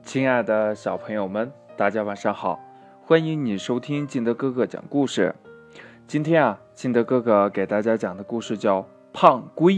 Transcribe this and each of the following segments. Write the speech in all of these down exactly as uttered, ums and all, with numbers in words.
亲爱的小朋友们，大家晚上好，欢迎你收听金德哥哥讲故事。今天啊，金德哥哥给大家讲的故事叫《胖龟》。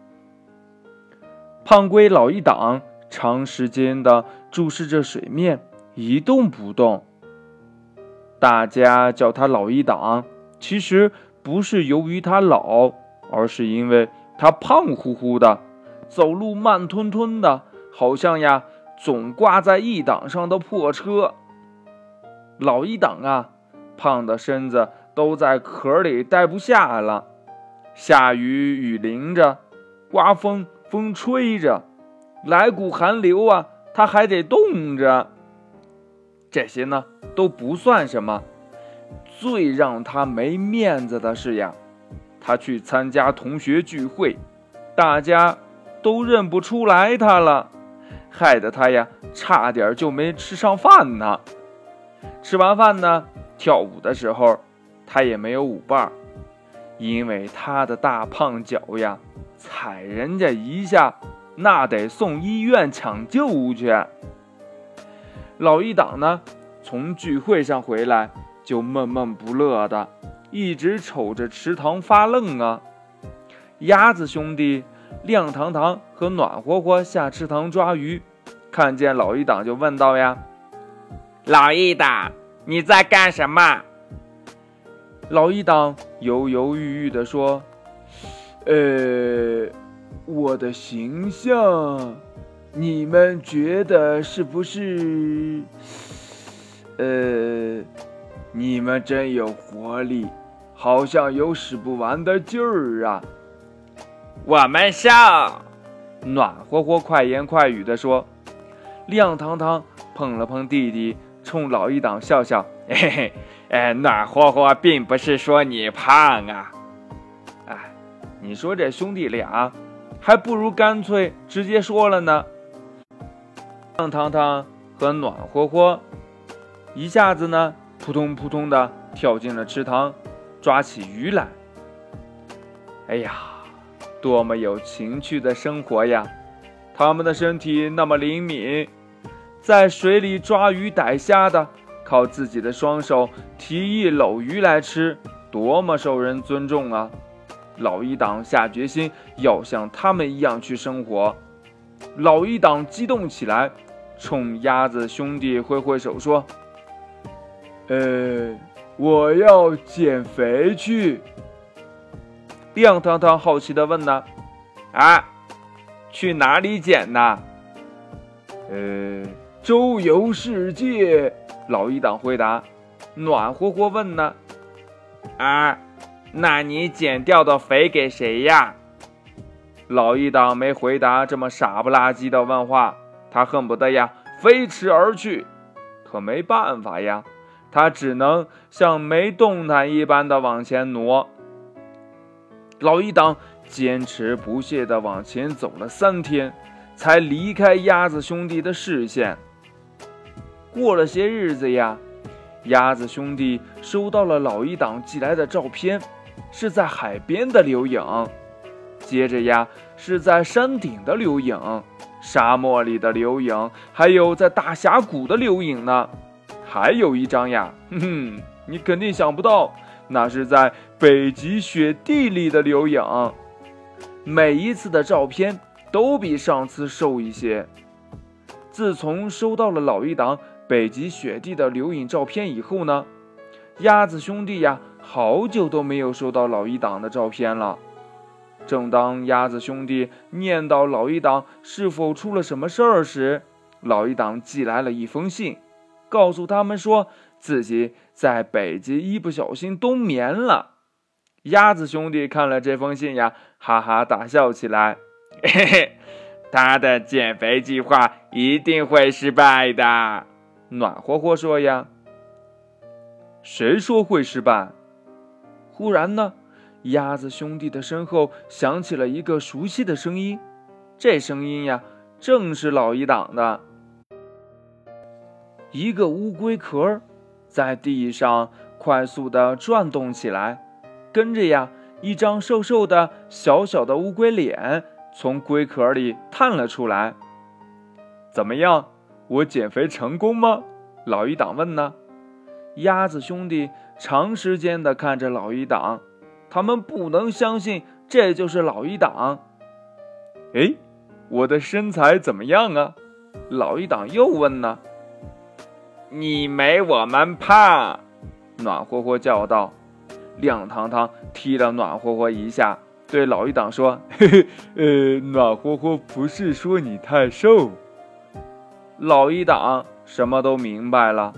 胖龟老一党长时间的注视着水面，一动不动。大家叫他老一党，其实不是由于他老，而是因为他胖乎乎的，走路慢吞吞的，好像呀总挂在一档上的破车。老一档啊，胖的身子都在壳里待不下了，下雨雨淋着，刮风风吹着，来股寒流啊，他还得冻着。这些呢都不算什么，最让他没面子的是呀，他去参加同学聚会，大家都认不出来他了，害得他呀差点就没吃上饭呢。吃完饭呢，跳舞的时候他也没有舞伴，因为他的大胖脚呀踩人家一下那得送医院抢救去。老一党呢从聚会上回来就闷闷不乐的，一直瞅着池塘发愣啊。鸭子兄弟亮堂堂和暖和和下池塘抓鱼，看见老一党就问道呀：老一党，你在干什么？老一党犹犹豫豫地说：呃，我的形象，你们觉得是不是？呃，你们真有活力，好像有使不完的劲儿啊。我们上！暖和和快言快语地说。亮堂堂碰了碰弟弟，冲老一党笑笑，嘿嘿，哎，暖和和并不是说你胖啊。哎，你说这兄弟俩，还不如干脆直接说了呢。亮堂堂和暖和和一下子呢，扑通扑通的跳进了池塘，抓起鱼来。哎呀，多么有情趣的生活呀！他们的身体那么灵敏，在水里抓鱼逮虾的，靠自己的双手提一篓鱼来吃，多么受人尊重啊！老一党下决心要像他们一样去生活。老一党激动起来，冲鸭子兄弟挥挥手说：呃，我要减肥去。亮堂堂好奇地问呢：啊，去哪里减呢？呃，周游世界。老一党回答。暖和和问呢：啊，那你减掉的肥给谁呀？老一党没回答这么傻不拉几的问话，他恨不得呀飞驰而去，可没办法呀，他只能像没动弹一般的往前挪。老一党坚持不懈地往前走了三天，才离开鸭子兄弟的视线。过了些日子呀，鸭子兄弟收到了老一党寄来的照片，是在海边的留影，接着呀是在山顶的留影，沙漠里的留影，还有在大峡谷的留影呢。还有一张呀，哼哼，你肯定想不到，那是在北极雪地里的留影。每一次的照片都比上次瘦一些。自从收到了老一党北极雪地的留影照片以后呢，鸭子兄弟呀好久都没有收到老一党的照片了。正当鸭子兄弟念叨老一党是否出了什么事儿时，老一党寄来了一封信，告诉他们说自己在北极一不小心冬眠了。鸭子兄弟看了这封信呀，哈哈大笑起来，嘿嘿，他的减肥计划一定会失败的。暖和和说呀。谁说会失败？忽然呢，鸭子兄弟的身后响起了一个熟悉的声音，这声音呀正是老一党的。一个乌龟壳在地上快速地转动起来，跟着呀一张瘦瘦的小小的乌龟脸从龟壳里探了出来。怎么样， 我减肥成功吗？老一党问呢。鸭子兄弟长时间地看着老一党，他们不能相信这就是老一党。哎，我的身材怎么样啊？老一党又问呢。你没我们胖，暖和和叫道。亮堂堂踢了暖和和一下，对老一党说：“嘿嘿，呃，暖和和不是说你太瘦。”老一党什么都明白了。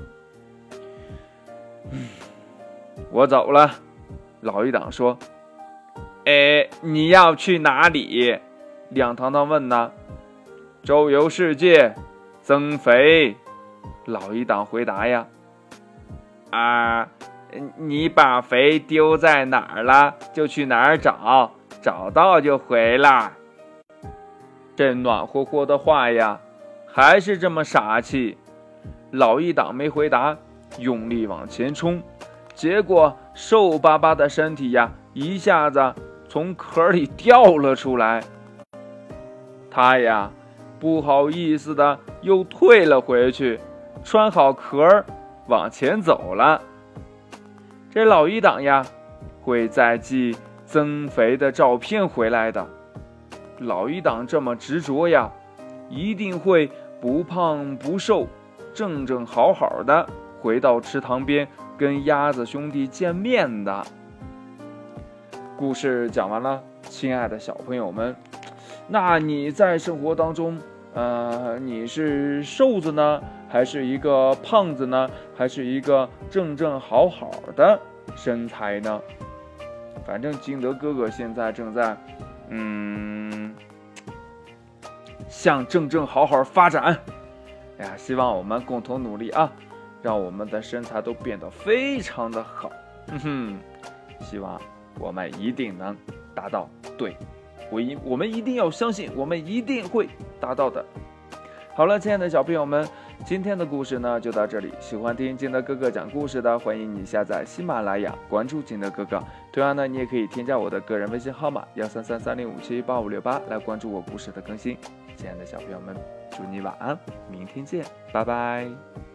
嗯，我走了。老一党说：“哎，你要去哪里？”亮堂堂问呢。周游世界，增肥。老一党回答呀。啊。你把肥丢在哪儿了，就去哪儿找，找到就回来。这暖和和的话呀，还是这么傻气。老一党没回答，用力往前冲，结果瘦巴巴的身体呀，一下子从壳里掉了出来。他呀，不好意思的又退了回去，穿好壳往前走了。这老一党呀，会再寄增肥的照片回来的。老一党这么执着呀，一定会不胖不瘦，正正好好的回到池塘边跟鸭子兄弟见面的。故事讲完了，亲爱的小朋友们，那你在生活当中，呃，你是瘦子呢？还是一个胖子呢？还是一个正正好好的身材呢？反正金德哥哥现在正在，嗯，向正正好好发展。哎呀，希望我们共同努力啊，让我们的身材都变得非常的好。哼哼，希望我们一定能达到。对，我一我们一定要相信，我们一定会达到的。好了，亲爱的小朋友们，今天的故事呢就到这里。喜欢听金德哥哥讲故事的，欢迎你下载喜马拉雅，关注金德哥哥。同样呢，你也可以添加我的个人微信号码幺三三三零五七八五六八来关注我故事的更新。亲爱的小朋友们，祝你晚安，明天见，拜拜。